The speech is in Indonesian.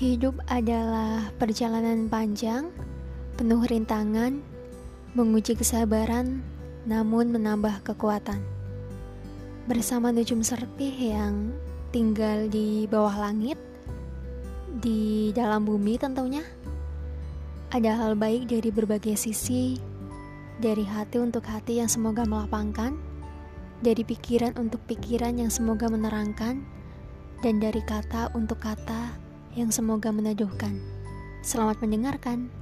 Hidup adalah perjalanan panjang, penuh rintangan, menguji kesabaran, namun menambah kekuatan. Bersama Nujum Serpih yang tinggal di bawah langit, di dalam bumi tentunya, ada hal baik dari berbagai sisi, dari hati untuk hati yang semoga melapangkan, dari pikiran untuk pikiran yang semoga menerangkan, dan dari kata untuk kata yang semoga meneduhkan. Selamat mendengarkan.